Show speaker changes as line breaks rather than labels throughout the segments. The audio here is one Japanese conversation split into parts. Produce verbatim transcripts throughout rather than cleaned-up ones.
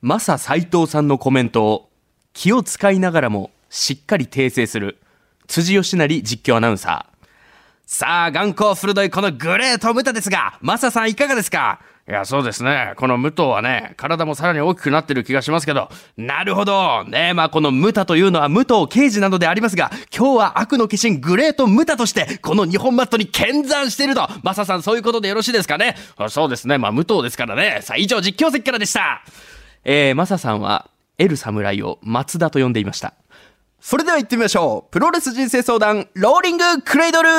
マサ斉藤さんのコメントを気を使いながらもしっかり訂正する辻吉成実況アナウンサー。さあ、眼光鋭いこのグレートムタですが、マサさんいかがですか？いや、そうですね。このムトはね、体もさらに大きくなってる気がしますけど。なるほど。ね、まあこのムタというのは武藤刑事なのでありますが、今日は悪の化身グレートムタとして、この日本マットに見参していると。マサさん、そういうことでよろしいですかね？そうですね。まあ武藤ですからね。さあ、以上実況席からでした。えー、マサさんは、エル侍を松田と呼んでいました。それでは行ってみましょう。プロレス人生相談、ローリングクレイドル。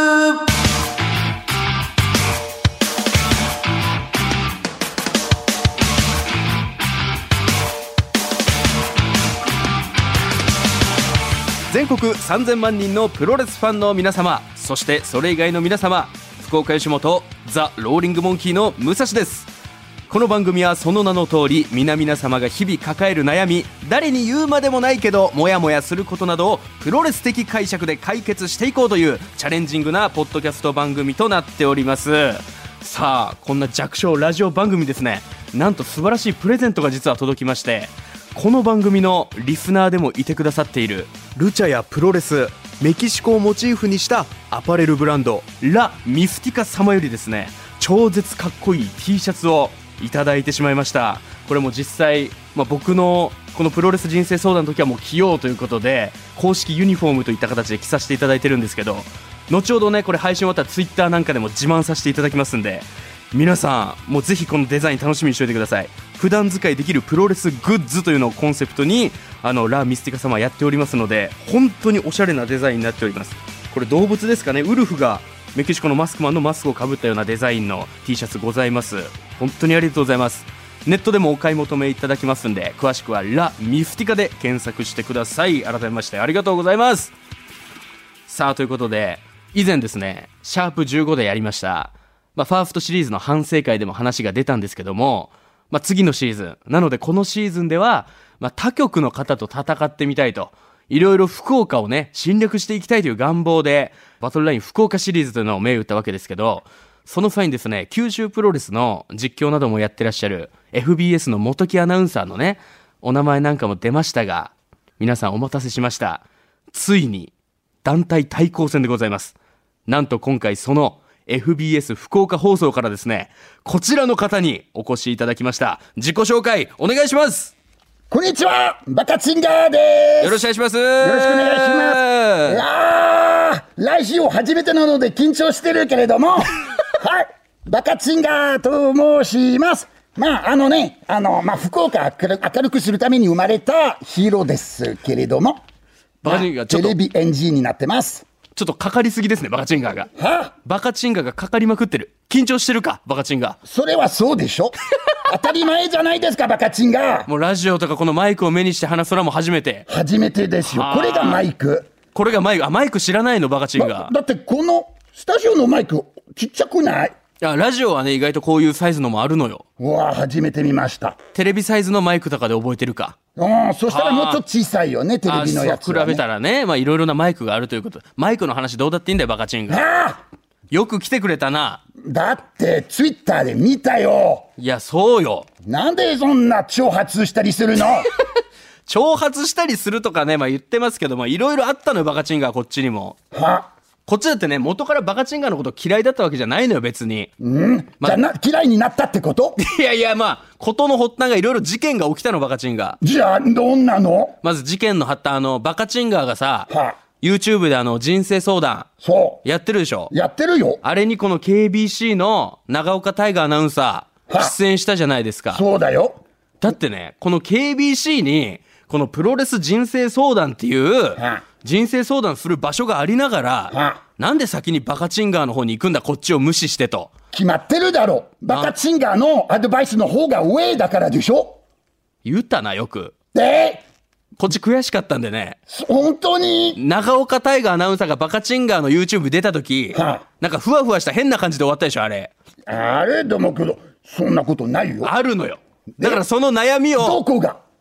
全国さんぜんまん人のプロレスファンの皆様、そしてそれ以外の皆様、福岡吉本ザ・ローリングモンキーの武蔵です。この番組はその名の通り、皆々様が日々抱える悩み、誰に言うまでもないけどモヤモヤすることなどをプロレス的解釈で解決していこうというチャレンジングなポッドキャスト番組となっております。さあ、こんな弱小ラジオ番組ですね、なんと素晴らしいプレゼントが実は届きまして、この番組のリスナーでもいてくださっているルチャやプロレス、メキシコをモチーフにしたアパレルブランドラ・ミスティカ様よりですね、超絶かっこいい T シャツをいただいてしまいました。これも実際、まあ、僕のこのプロレス人生相談の時はもう着ようということで公式ユニフォームといった形で着させていただいてるんですけど、後ほどね、これ配信終わったらツイッターなんかでも自慢させていただきますんで、皆さんもうぜひこのデザイン楽しみにしておいてください。普段使いできるプロレスグッズというのをコンセプトにあのラ・ミスティカ様やっておりますので、本当におしゃれなデザインになっております。これ動物ですかね、ウルフがメキシコのマスクマンのマスクをかぶったようなデザインの T シャツございます。本当にありがとうございます。ネットでもお買い求めいただきますんで、詳しくはラ・ミスティカで検索してください。改めましてありがとうございます。さあ、ということで以前ですね、シャープじゅうごでやりました、まあ、ファーストシリーズの反省会でも話が出たんですけども、まあ、次のシーズンなので、このシーズンでは、まあ、他局の方と戦ってみたいと、いろいろ福岡をね侵略していきたいという願望でバトルライン福岡シリーズというのを銘打ったわけですけど、その際にですね、九州プロレスの実況などもやってらっしゃる エフビーエス の元木アナウンサーのねお名前なんかも出ましたが、皆さんお待たせしました。ついに団体対抗戦でございます。なんと今回その エフビーエス 福岡放送からですね、こちらの方にお越しいただきました。自己紹介お願いします。
こんにちは、バカチンガーです。
よろしくお願いします。
よろしくお願いします。いやー、来週初めてなので緊張してるけれどもはい、バカチンガーと申します。まああのね、あの、まあ、福岡を明るくするために生まれたヒーローですけれども、
バカチンガーちょっと
テレビ エヌジー になってます。
ちょっとかかりすぎですね、バカチンガーが。
は
バカチンガーがかかりまくってる。緊張してるか、バカチンガー。
それはそうでしょ当たり前じゃないですか、バカチンガー。
もうラジオとかこのマイクを目にして話すのも初めて。
初めてですよ。これがマイク。
これがマイク。あ、マイク知らないの、バカチンガー。
だってこのスタジオのマイクちっちゃくない？
いや、ラジオはね、意外とこういうサイズのもあるのよ。
うわ、初めて見ました。
テレビサイズのマイクとかで覚えてるか。
うん、そしたらもうちょっと小さいよね、テレビのやつは、ね、
比べたらね、まあいろいろなマイクがあるということ。マイクの話どうだっていいんだよ、バカチンガー。よく来てくれたな。
だってツイッターで見たよ。
いや、そうよ。
なんでそんな挑発したりするの
挑発したりするとかね、まあ言ってますけども、いろいろあったのよ、バカチンガー。こっちにも。
は
こっちだってね、元からバカチンガーのこと嫌いだったわけじゃないのよ、別に。
うん、
ま、
じゃあな嫌いになったってこと？
いやいや、まあ事の発端がいろいろ事件が起きたの、バカチンガー。
じゃあどんなの？
まず事件の発端、あのバカチンガーがさ、
は
YouTube であの人生相談
そう
やってるでしょ。
やってるよ。
あれにこの ケービーシー の長岡大河アナウンサー出演したじゃないですか。
そうだよ。
だってね、この ケービーシー にこのプロレス人生相談っていう人生相談する場所がありながら、なんで先にバカチンガーの方に行くんだ、こっちを無視してと。
決まってるだろ。バカチンガーのアドバイスの方が上だからでしょ。
言ったな、よく。
で
こっち悔しかったんでね。
本当に
長岡大河アナウンサーがバカチンガーの YouTube 出た時、
はあ、
なんかふわふわした変な感じで終わったでしょ、あれ。
あれでもけどそんなことないよ。
あるのよ。だからその悩みを
どこが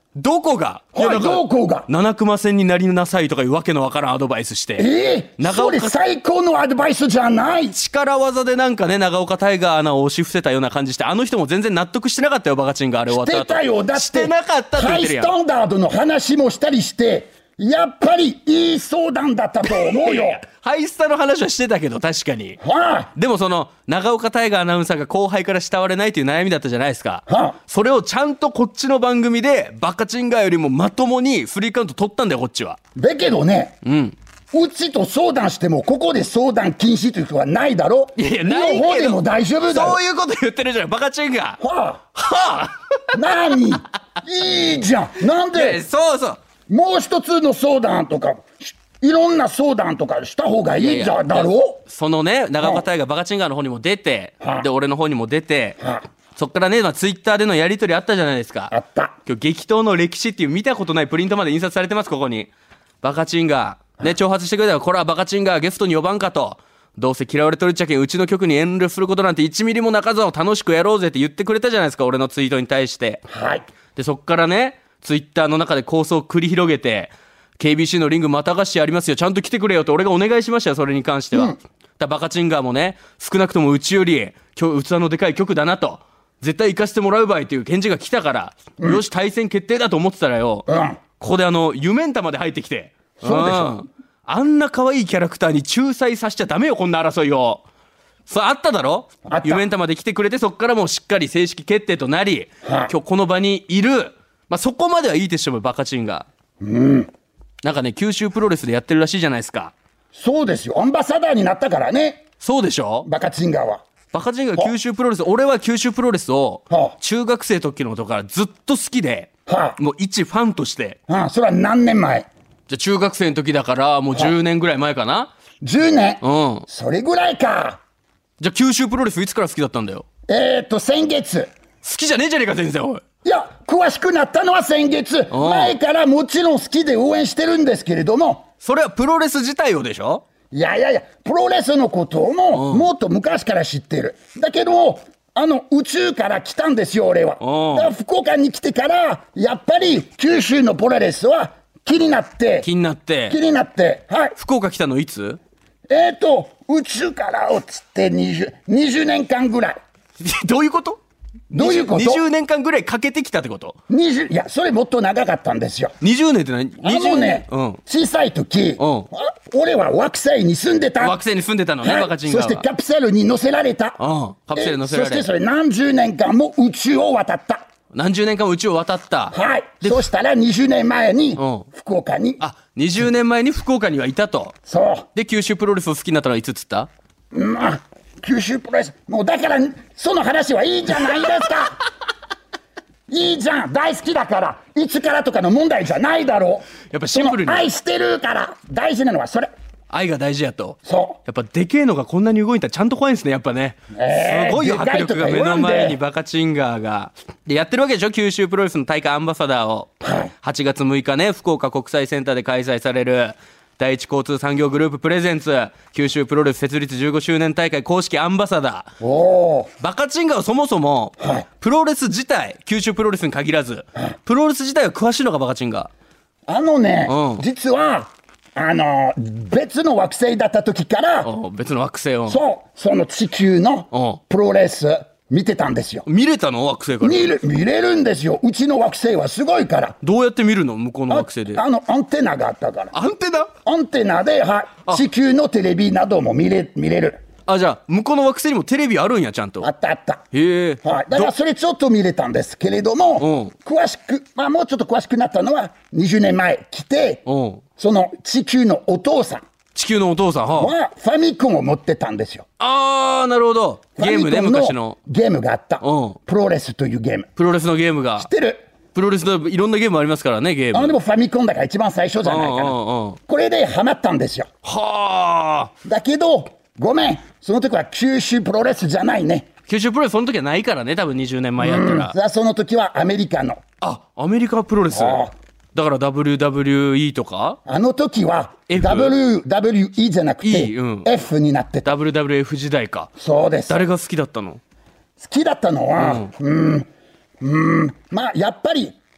どこが、
はい、
やなんか
どこが
七熊線になりなさいとかいうわけのわからんアドバイスして、
えー、それ最高のアドバイスじゃない。
力技でなんかね、長岡タイガーアナを押し伏せたような感じして、あの人も全然納得してなかったよ、バカチンがあれ終わった後。
してたよ。だって
してなかったって言ってるやん。
ハイスタンダードの話もしたりして、やっぱりいい相談だったと思うよ。
ハイスタの話はしてたけど、確かに。
はあ、
でもその長岡大河アナウンサーが後輩から慕われないという悩みだったじゃないですか、
はあ、
それをちゃんとこっちの番組でバカチンガーよりもまともにフリーカウント取ったんだよ、こっちは。
だけどね、うん、うちと相談してもここで相談禁止という人はないだろ。
いや、ないけど
の方でも大丈夫だろ。
そういうこと言ってるじゃん、バカチンガー。
はあ、
は
あ、何いいじゃん。なんで
そうそう、
もう一つの相談とかいろんな相談とかした方がいいじゃんだろう。
そのね、長岡大河バカチンガーの方にも出て、はあ、で俺の方にも出て、はあ、そっからね、まあ、ツイッターでのやり取りあったじゃないですか。
あった。
今日激闘の歴史っていう見たことないプリントまで印刷されてます。ここにバカチンガーね、挑発してくれたら、これはバカチンガーゲストに呼ばんかと、どうせ嫌われとるっちゃけんうちの曲に遠慮することなんていちミリもなかぞ、楽しくやろうぜって言ってくれたじゃないですか、俺のツイートに対して。
はい。で
そっからね、ツイッターの中で構想を繰り広げて、ケービーシー のリングまたがしてありますよ、ちゃんと来てくれよと俺がお願いしましたよ、それに関しては。うん、だバカチンガーもね、少なくともうちより今日器のでかい曲だなと、絶対行かせてもらうばいという返事が来たから、うん、よし対戦決定だと思ってたらよ、うん、ここであのユメンタまで入ってきて、
そうでしょ、
あんな可愛いキャラクターに仲裁させちゃダメよ、こんな争いを。そうあっただろ。ユメンタまで来てくれて、そっからもうしっかり正式決定となり、はあ、今日この場にいる、まあ、そこまではいいでしょう、バカチンガー。うんなんかね、九州プロレスでやってるらしいじゃないですか。
そうですよ、アンバサダーになったからね。
そうでしょ、
バカチンガーは。
バカチンガー九州プロレス、俺は九州プロレスを中学生時のことからずっと好きで、はあ、もう一ファンとして。
はあ、それは何年前？
じゃあ中学生の時だからもうじゅうねんぐらい前かな。はあ、
じゅうねん？
うん。
それぐらいか。
じゃあ九州プロレスいつから好きだったんだよ。
えーっと先月。
好きじゃねえじゃねえか先生、おい。
いや、詳しくなったのは先月。前からもちろん好きで応援してるんですけれども。
それはプロレス自体をでしょ。
いやいやいや、プロレスのことももっと昔から知ってる。だけどあの宇宙から来たんですよ、俺は。だから福岡に来てからやっぱり九州のプロレスは気になって
気になって
気になってはい。
福岡来たのいつ？
えーと宇宙からをつってにじゅう、にじゅうねんかんぐらい。
どういうこと？
どういうこと？
にじゅうねんかんぐらいかけてきたってこと？
にじゅういや、それもっと長かったんですよ。
にじゅうねんって何？
あのね、うん、小さい時、うん、俺は惑星に住んでた。
惑星に住んでたのね、はい、バカチンガーは。
そしてカプセルに乗せられた。
うん、カプセル乗せられた。
そしてそれ何十年間も宇宙を渡った。
何十年間も宇宙を渡った。
はい。そしたらにじゅうねんまえに福岡に、うん、
あ、にじゅうねんまえに福岡にはいたと。
そう。
で九州プロレスを好きになったのはいつつった？
まあ九州プロレス、もうだからその話はいいじゃないですか。いいじゃん、大好きだから、いつからとかの問題じゃないだろう。
やっぱシンプルに
愛してるから。大事なのはそれ。
愛が大事やと。
そう。
やっぱでけえのがこんなに動いたらちゃんと怖いんですね、やっぱね。えー、すごいよ、迫力が目の前にバカチンガーがでやってるわけでしょ。九州プロレスの大会アンバサダーを、はい、はちがつむいかね、福岡国際センターで開催される第一交通産業グループプレゼンツ九州プロレス設立じゅうごしゅうねん大会公式アンバサダー。おバカチンガーはそもそも、はい、プロレス自体、九州プロレスに限らず、はい、プロレス自体は詳しいのがバカチンガ
ー。あのね、うん、実はあの別の惑星だった時から
別の惑星を
そうその地球のプロレス見てたんですよ。
見れたの？惑星から
見れ、見れるんですよ。うちの惑星はすごいから。
どうやって見るの？向こうの惑星で。
あ、あのアンテナがあったから。
アンテナ？
アンテナで、はい、地球のテレビなども見れ、見れる。
あ、じゃあ向こうの惑星にもテレビあるんや、ちゃんと。
あったあった。
へえ、
はい、だからそれちょっと見れたんですけれども、うん、詳しく、まあ、もうちょっと詳しくなったのはにじゅうねんまえ来て、うん、その地球のお父さん
地球のお父さんは、
はファミコンを持ってたんですよ。
あー、なるほど。ゲームね、昔の
ゲームがあった、うん、プロレスというゲーム。
プロレスのゲームが
知ってる？
プロレスのいろんなゲームありますからね、ゲーム。
あでもファミコンだから一番最初じゃないかな。これでハマったんですよ。
はあ。
だけどごめん、その時は九州プロレスじゃないね。
九州プロレスその時はないからね、多分にじゅうねんまえやったら。
うん、その時はアメリカの。
あ、アメリカプロレス。だから ダブリューダブリューイー とか。
あの時は ダブリューダブリューイー じゃなくて E、うん、F になってた。
ダブリューダブリューエフ 時代か。
そうです。
誰が好きだったの？
好きだったのは、うん、うん、うん、まあやっぱり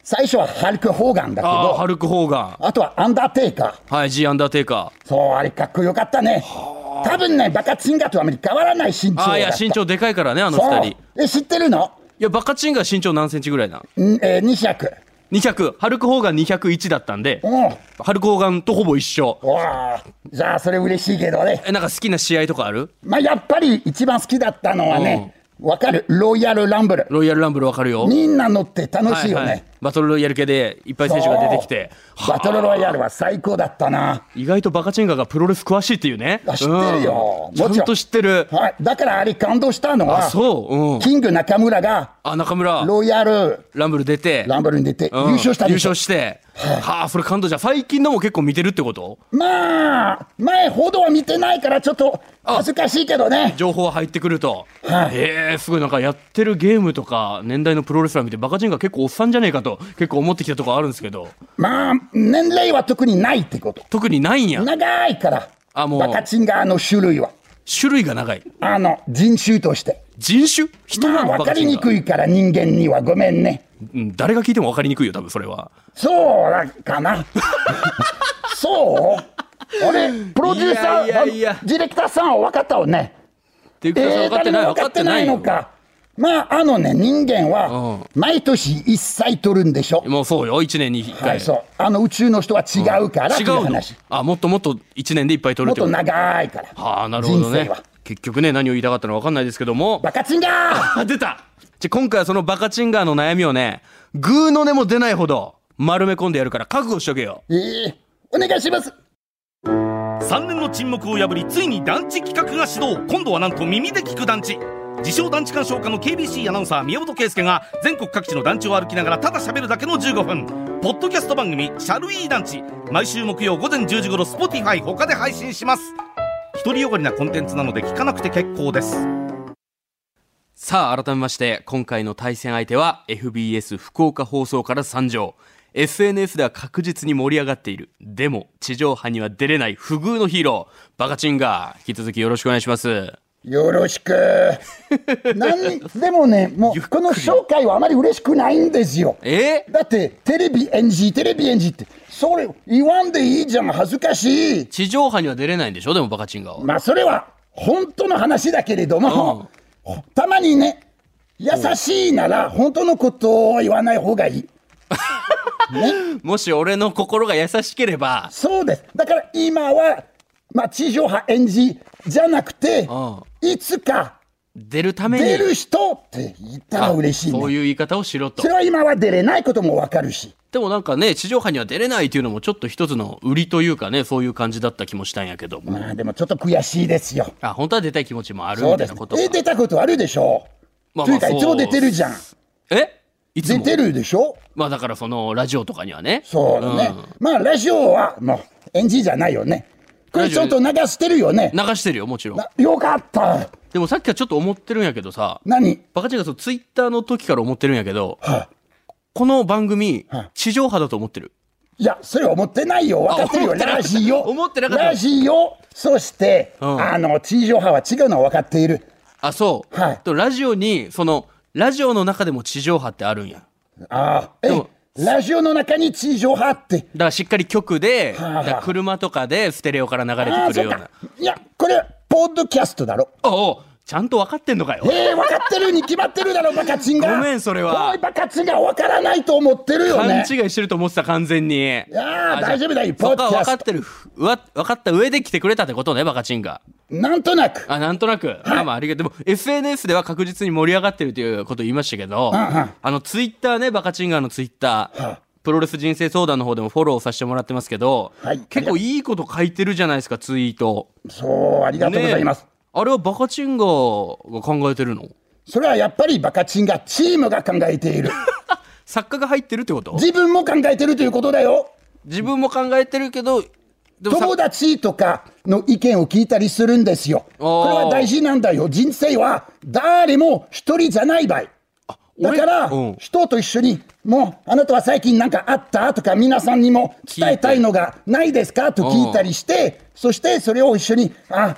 最初はハルク・ホーガンだけど、
あハルク・ホーガン、
あとはアンダーテイカー。
はい、G アンダーテイカ
ー。そう、あれかっこよかったね。多分ね、バカチンガとあまり変わらない身長だった。
ー。あいや身長でかいからね、あの二人。
え、知ってるの？
いやバカチンガ身長何センチぐらいな？
ん、えー、にひゃく。
にひゃく、ハルク・ホーガンにひゃくいちだったんで、
うん。
ハルク・ホーガンとほぼ一緒。
わあ、じゃあそれ嬉しいけどね。
えなんか好きな試合とかある？
まあやっぱり一番好きだったのはね、わかる？ロイヤルランブル。
ロイヤルランブルわかるよ。
みんな乗って楽しいよね。
はいはい、バトルロイヤル系でいっぱい選手が出てきて、
バトルロイヤルは最高だったな。
意外とバカチンガがプロレス詳しいっていうね。
知ってるよ、
うん、ちゃんと知ってる。
はい、だからあれ感動したのは、
あそう、うん、
キング中村が
あ中村
ロイヤル
ランブル出て
ランブルに出て、
うん、
優勝したでしょ。
優勝して、はあ、それ感動じゃん。最近のも結構見てるってこと？
まあ前ほどは見てないからちょっと恥ずかしいけどね。
情報は入ってくると、
はい、
へえすごい。なんかやってるゲームとか年代のプロレスラー見てバカチンガ結構おっさんじゃねえかと結構思ってきたところあるんですけど、
まあ年齢は特にないってこと。
特にないんや。
長いから
あもう
バカチンガの種類は
種類が長い。
あの人種として
人種人なの？
まあ分かりにくいから人間にはごめんね。
うん、誰が聞いても分かりにくいよ多分それは。
そうだかなそうあれプロデューサー
いやいやいや
ディレクターさんは分かったよね。
ディレクターさん分かってない、
えー、分かってないのか。まああのね人間は毎年いっさい取るんでしょ。
もうそうよいちねんにいっかい、
はい、そうあの宇宙の人は違うからっていう話、
うん、違うの？あもっともっといちねんでいっぱい取るってこと。
もっと長いから。
はあなるほどね。結局ね何を言いたかったのか分かんないですけども、
バカチンガー
出た。じゃ今回はそのバカチンガーの悩みをねグーの音も出ないほど丸め込んでやるから覚悟しとけよ。
えー、お願いします。
さんねんの沈黙を破りついに団地企画が始動。今度はなんと耳で聞く団地。自称団地鑑賞家の ケービーシー アナウンサー宮本圭介が全国各地の団地を歩きながらただ喋るだけのじゅうごふんポッドキャスト番組シャルイー団地、毎週木曜午前じゅうじ頃 Spotify 他で配信します。独りよがりなコンテンツなので聞かなくて結構です。
さあ改めまして今回の対戦相手は エフビーエス 福岡放送から参上、 エスエヌエス では確実に盛り上がっている、でも地上波には出れない不遇のヒーローバカチンガー、引き続きよろしくお願いします。
よろしくなんでもねもうこの紹介はあまり嬉しくないんですよ。
えー、
だってテレビ エヌジー テレビ エヌジー ってそれ言わんでいいじゃん、恥ずかしい。
地上波には出れないんでしょでもバカチンガーは。
まあそれは本当の話だけれども、うん、たまにね優しいなら本当のことを言わない方がいいね、
もし俺の心が優しければ。
そうです。だから今は、まあ、地上波 エヌジー じゃなくて、
うん、
いつか
出るために
出る人って言ったら嬉しいね。
そういう言い方をしろと。
それは今は出れないことも分かるし。
でもなんかね地上波には出れないっていうのもちょっと一つの売りというかね、そういう感じだった気もしたんやけども。
まあでもちょっと悔しいですよ。
あ本当は出たい気持ちもあるみたいなことか。
え出たことあるでしょ、まあまあ、というかいつも出てるじゃん。
えいつも
出てるでしょ。
まあだからそのラジオとかにはね。
そうだね、うん、まあラジオはもう エヌジー じゃないよね。これちょっと流してるよね。
流してるよもちろん。
よかった。
でもさっきはちょっと思ってるんやけどさ。
何
バカチンがそうツイッターの時から思ってるんやけど、
はあ、
この番組、
はあ、
地上波だと思ってる。
いやそれ思ってないよ。分かってるよ。ラジオ
思ってなかった。
ラジオそして、うん、あの地上波は違うのは分かっている。
あそう、はい、とラジオにそのラジオの中でも地上波ってあるんや。
ああえラジオの中に地上波ってだ
からしっかり局で、
はあ、
だ車とかでステレオから流れてくるような。
いやこれポッドキャストだろ。
おうちゃんと分かってんのかよ。
えー、分かってるに決まってるだろバカチンが。
ごめんそれは。
おいバカチンが分からないと思ってるよね。
勘違いしてると思ってた完全に。い
や大丈夫だよ。
ポッドキャスト分かってる分かった上で来てくれたってことねバカチンが。
なんとなく
あなんとなく、はい、あまあありがとう。でも エスエヌエス では確実に盛り上がってるということを言いましたけど、
はあ、
あのツイッターねバカチンガーのツイッター、はあ、プロレス人生相談の方でもフォローさせてもらってますけど、はい、結構いいこと書いてるじゃないですかツイート。
そうありがとうございます、ね、
あれはバカチンガーが考えてるの？
それはやっぱりバカチンガチームが考えている
作家が入ってるってこと？
自分も考えてるということだよ。
自分も考えてるけどでも
友達とかの意見を聞いたりするんですよ。これは大事なんだよ。人生は誰も一人じゃない場合だから、うん、人と一緒にもうあなたは最近何かあったとか皆さんにも伝えたいのがないですかと聞いたりして、そしてそれを一緒にあへ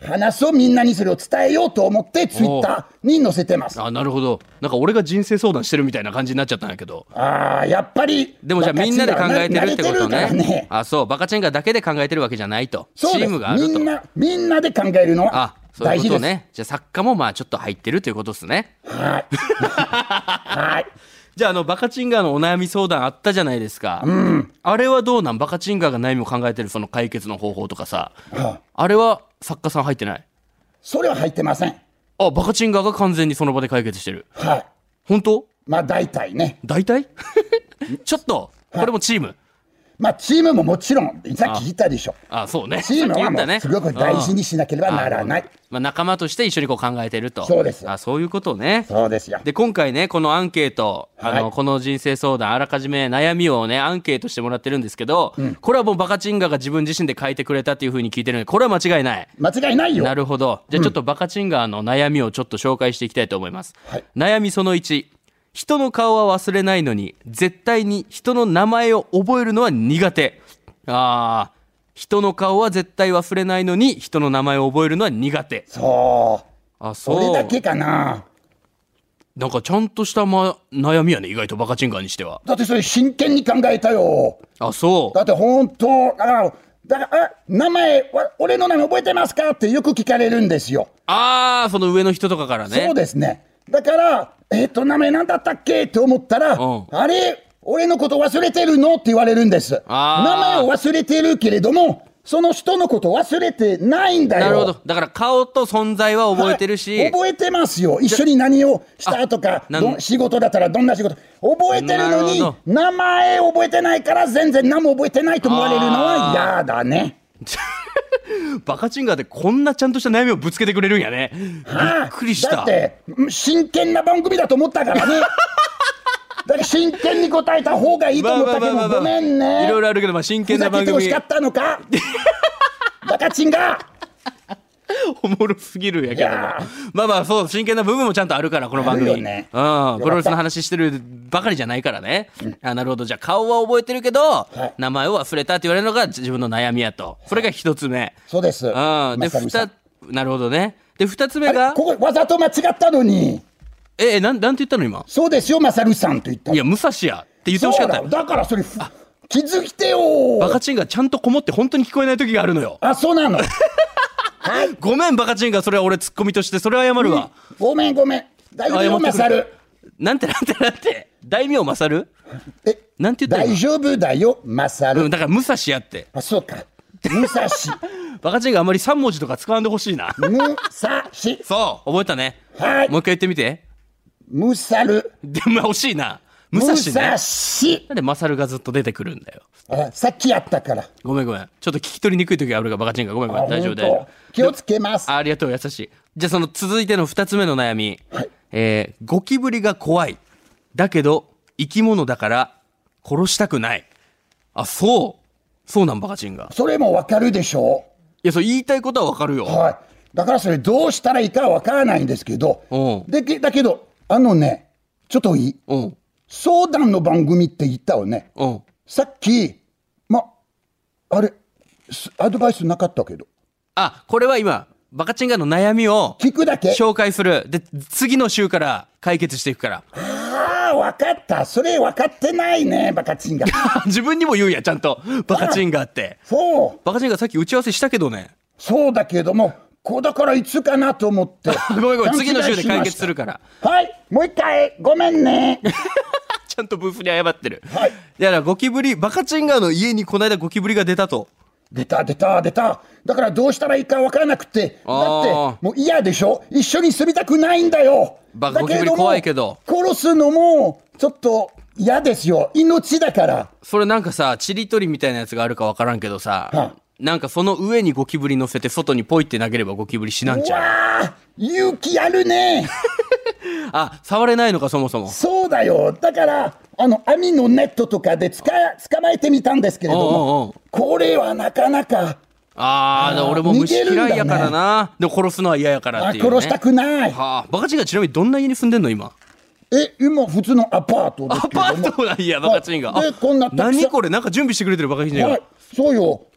話そう、みんなにそれを伝えようと思ってツイッターに載せてます。
あ、なるほど。なんか俺が人生相談してるみたいな感じになっちゃったんやけど。
ああ、やっぱり
でもじゃあみんなで考えてるってことね。
ね
あ、そう、バカチンガだけで考えてるわけじゃないと。
そうです。
チームがあると。
みんなみんなで考えるのは
そういう
大事です。
ことね。じゃあ作家もまあちょっと入ってるということですね。
はいはい。
じゃあ、あのバカチンガーのお悩み相談あったじゃないですか、
うん、
あれはどうなん？バカチンガーが悩みを考えてるその解決の方法とかさ、
はあ、
あれは作家さん入ってない？
それは入ってません。
あ、バカチンガーが完全にその場で解決してる。
はい。
本当？
まあ大体ね。
大体ちょっとこれもチーム、はい、
まあチームももちろんさっき言ったでしょ。
ああ、そうね。
チームはもうすごく大事にしなければならない。
まあ、仲間として一緒にこう考えてると。
そうですよ。
あ、そういうことね。
そうですよ。
で今回ねこのアンケート、あの、はい、この人生相談あらかじめ悩みをねアンケートしてもらってるんですけど、うん、これはもうバカチンガーが自分自身で書いてくれたっていう風に聞いてるのでこれは間違いない。
間違いないよ。
なるほど。じゃあちょっとバカチンガーの悩みをちょっと紹介していきたいと思います、はい、悩みそのいち、人の顔は忘れないのに絶対に人の名前を覚えるのは苦手。あー、人の顔は絶対忘れないのに人の名前を覚えるのは苦手。
そう。
あ、そう。
俺だけかな。
なんかちゃんとした、ま、悩みやね意外とバカチンガーにしては。
だってそれ真剣に考えたよ。
あ、そう。
だって本当だからだからあ名前俺の名前覚えてますかってよく聞かれるんですよ。
ああ、その上の人とかからね。
そうですね。だからえっ、ー、と名前なんだったっけって思ったら、うん、あれ俺のこと忘れてるのって言われるんです。名前を忘れてるけれどもその人のこと忘れてないんだよ。
なるほど。だから顔と存在は覚えてるし、
はい、覚えてますよ。一緒に何をしたとかど仕事だったらどんな仕事覚えてるのに名前覚えてないから全然何も覚えてないと思われるのは嫌だね。
バカチンガーでこんなちゃんとした悩みをぶつけてくれるんやね。
はあ、
びっくりした。
だって真剣な番組だと思ったからね。だから真剣に答えた方がいいと思ったけどごめんね。
いろいろあるけど、まあ、真剣な番組
ふざけてほしかったのかバカチンガー
おもろすぎるやけども、まあまあそう真剣な部分もちゃんとあるからこの番組、ね、うん、プロレスの話してるばかりじゃないからね、うん、あ、なるほど。じゃあ顔は覚えてるけど、はい、名前を忘れたって言われるのが自分の悩みやと。それが一つ目。
そうです、
うん、でふたなるほどね。で二つ目が
ここわざと間違ったのに。
えー、なんなんて言ったの今。
そうですよ、マサルさんと言った。
いや武蔵やって言ってほしかったよ。
だ, だからそれ気づいてよ。
バカチンがちゃんとこもって本当に聞こえない時があるのよ。
あ、そうなのはい、
ごめんバカチンが、それは俺ツッコミとしてそれは謝るわ、
うん、ごめんごめん。大丈夫マサル。
なんてなんてなんて大名マサル。
え、
なんて言ったの。
大丈夫だよマサル、
うん、だから武蔵やって。
あ、そうか武蔵
バカチンがあんまりさん文字とか使わんでほしいな。
武蔵
そう覚えたね。
はい、
もう一回言ってみて。
ムサル。
でも惜しいな。武蔵ね。武蔵。なんでマサルがずっと出てくるんだよ。
あ、さっきやったから。
ごめんごめん。ちょっと聞き取りにくい時があるがバカチンが。ごめんごめん。大丈夫で。
気をつけます。
あ, ありがとう、優しい。じゃあその続いてのふたつめの悩み、はい、えー、ゴキブリが怖いだけど生き物だから殺したくない。あ、そうそうなんバカチンが。
それもわかるでしょ。
いや、そう言いたいことはわかるよ。
はい。だからそれどうしたらいいかわからないんですけど、うん、でだけどあのね、ちょっといい、うん、相談の番組って言ったよね、うん、さっきまあれアドバイスなかったけど。
あ、これは今バカチンガの悩みを
聞くだけ
紹介する。で次の週から解決していくから。
ああ、分かった。それ分かってないねバカチンガ
自分にも言うんやちゃんとバカチンガって。
そう
バカチンガさっき打ち合わせしたけどね。
そうだけどもこうだからいつかなと思って
ごめんごめん、次の週で解決するから。
はい、もう一回ごめんね
ちゃんとブースに謝ってる。
はい。
だからゴキブリ、バカチンガーの家にこの間ゴキブリが出たと。
出た出た出た。だからどうしたらいいか分からなくて、だってもう嫌でしょ。一緒に住みたくないんだよ。
バカゴキブリ怖いけど
殺すのもちょっと嫌ですよ。命だから。
それなんかさ、ちりとりみたいなやつがあるか分からんけどさ、はあ、なんかその上にゴキブリ乗せて外にポイって投げればゴキブリ死なんちゃう。
うわー、勇気あるね
あ、触れないのかそもそも。
そうだよ。だからあの網のネットとかでつか捕まえてみたんですけれども、おうおう、これはなかなか。
ああ、俺も虫嫌いやからな、ね、でも殺すのは嫌やからっていう、ね、
殺したくない。
はあ、バカチンがちなみにどんな家に住んでんの今。
え、今普通のアパートですけども。
アパートなんやバカチンが。
でこんな
何これ、なんか準備してくれてるバカチンが、
はい、そうよ。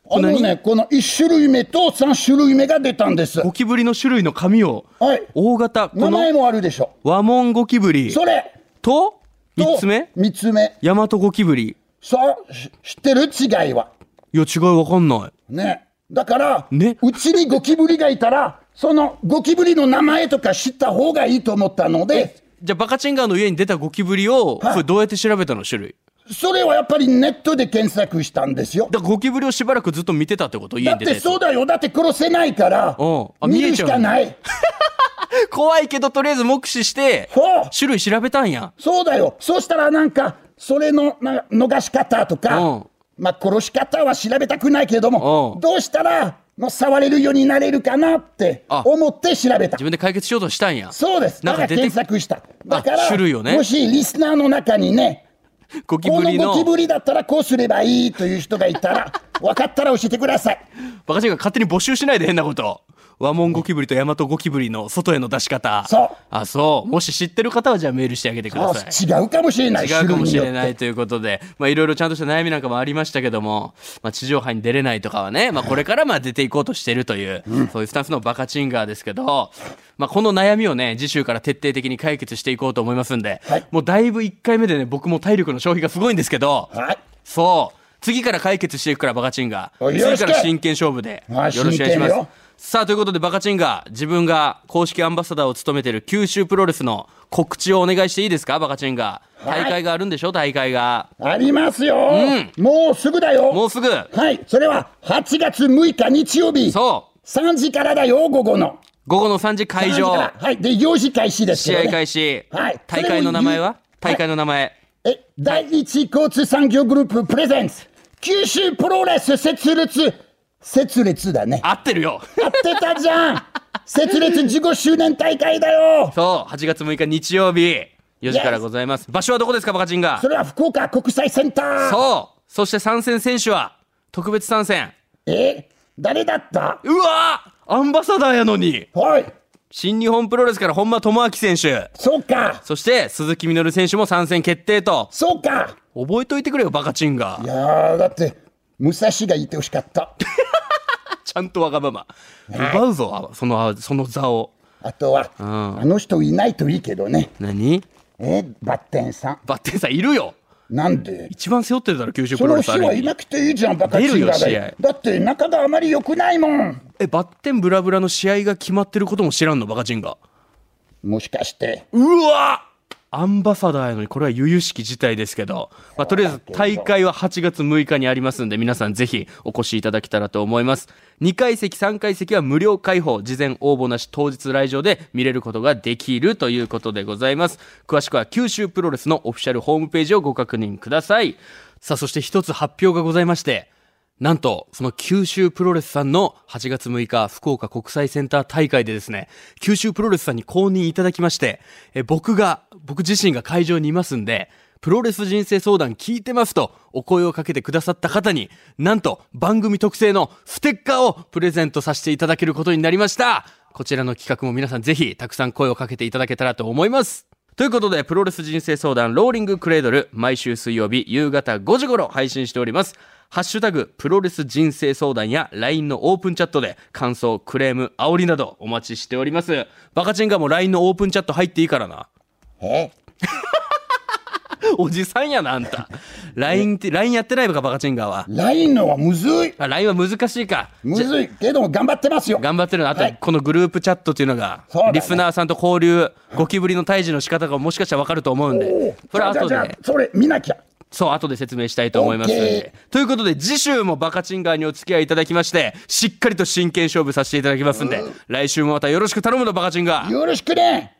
あのね、このいち種類目とさん種類目が出たんです。
ゴキブリの種類の紙を、
はい、
大型、この
名前もあるでしょ。
ワモンゴキブリ
それ
とみっつめ
みっつめ
ヤマトゴキブリ。
さあ知ってる違いは。
いや違いわかんない
ね。だから、
ね、
うちにゴキブリがいたらそのゴキブリの名前とか知った方がいいと思ったので。
じゃあバカチンガーの家に出たゴキブリを、はい、それどうやって調べたの種類。
それはやっぱりネットで検索したんですよ。
だからゴキブリをしばらくずっと見てたってこと。家に出て。
だってそうだよ。だって殺せないから見るしかない。
怖いけどとりあえず目視して種類調べたんや。
そうだよ。そうしたらなんかそれのな逃し方とか、うん、まあ殺し方は調べたくないけども、うん、どうしたらもう触れるようになれるかなって思って調べた。
自分で解決しようとしたんや。
そうです。だから検索した。だから
種類をね、
もしリスナーの中にね、
ゴキブリの
このゴキブリだったらこうすればいいという人がいたら分かったら教えてください。
バカチンが勝手に募集しないで変なこと。ワモンゴキブリとヤマトゴキブリの外への出し方。
そう
あそうもし知ってる方はじゃあメールしてあげてください。
違うかもしれない。
違うかもしれないということで、まあいろいろちゃんとした悩みなんかもありましたけども、まあ、地上波に出れないとかはね、まあ、これからまあ出ていこうとしてるという、うん、そういうスタンスのバカチンガーですけど、まあ、この悩みをね次週から徹底的に解決していこうと思いますんで、はい、もうだいぶいっかいめでね僕も体力の消費がすごいんですけど、はい、そう次から解決していくからバカチンガー、次から真剣勝負でよろしくお願いします。さあということでバカチンガー、自分が公式アンバサダーを務めている九州プロレスの告知をお願いしていいですか。バカチンガー、大会があるんでしょ。大会が
ありますよ、
うん、
もうすぐだよ。
もうすぐ。
はい、それははちがつむいか日曜日、
そう
さんじからだよ。午後の
午後のさんじ会場。
はい、でよじ開始ですけど、ね、
試合開始、
はい、
大会の名前は大会の名前、
はい、え第一交通産業グループプレゼンツ九州プロレス設立設立だね。
合ってるよ。
合ってたじゃん。設立じゅうごしゅうねん大会だよ。
そうはちがつむいか日曜日よじからございます。場所はどこですかバカチンガー。
それは福岡国際センター。
そうそして参戦選手は特別参戦。
え誰だった。
うわアンバサダーやのに。
はい、
新日本プロレスから本間智明選手。
そうか。
そして鈴木みのる選手も参戦決定と。
そうか。
覚えといてくれよバカチンガー。
いやだって武蔵がいてほしかった。
ちゃんとわがまま奪うぞ、そのその座を。
あとは、うん、あの人いないといいけどね。
何
えバッテンさん。
バッテンさんいるよ。
なんで
一番背負ってるだろ九州プロレス。
その日はいなくていいじゃんバカチンガーが。だって仲があまり良くないもん。
えバッテンブラブラの試合が決まってることも知らんのバカチンガー。
もしかして
うわアンバサダーやのにこれは由々しき事態ですけど、まあ、とりあえず大会ははちがつむいかにありますんで皆さんぜひお越しいただけたらと思います。にかい席さんかい席は無料開放、事前応募なし当日来場で見れることができるということでございます。詳しくは九州プロレスのオフィシャルホームページをご確認ください。さあそして一つ発表がございまして、なんとその九州プロレスさんのはちがつむいか福岡国際センター大会でですね、九州プロレスさんに公認いただきまして、え僕が僕自身が会場にいますんで、プロレス人生相談聞いてますとお声をかけてくださった方に、なんと番組特製のステッカーをプレゼントさせていただけることになりました。こちらの企画も皆さんぜひたくさん声をかけていただけたらと思います。ということでプロレス人生相談ローリングクレードル、毎週水曜日夕方ごじ頃配信しております。ハッシュタグプロレス人生相談や ライン のオープンチャットで感想、クレーム、煽りなどお待ちしております。バカチンガーも ライン のオープンチャット入っていいからな。
え
おじさんやなあんた。 ライン って ライン やってないのかバカチンガーは。
ライン のはむずい。
あ ライン は難しいか。
むずいけども頑張ってますよ。
頑張ってるの。あと、はい、このグループチャットっていうのが、ね、リスナーさんと交流、ゴキブリの退治の仕方がもしかしたら分かると思うんで、
それ後でじゃあじゃあそれ見なきゃ。
そう後で説明したいと思いますので、ということで次週もバカチンガーにお付き合いいただきましてしっかりと真剣勝負させていただきますんで、来週もまたよろしく頼むのバカチンガー。
よろしくね。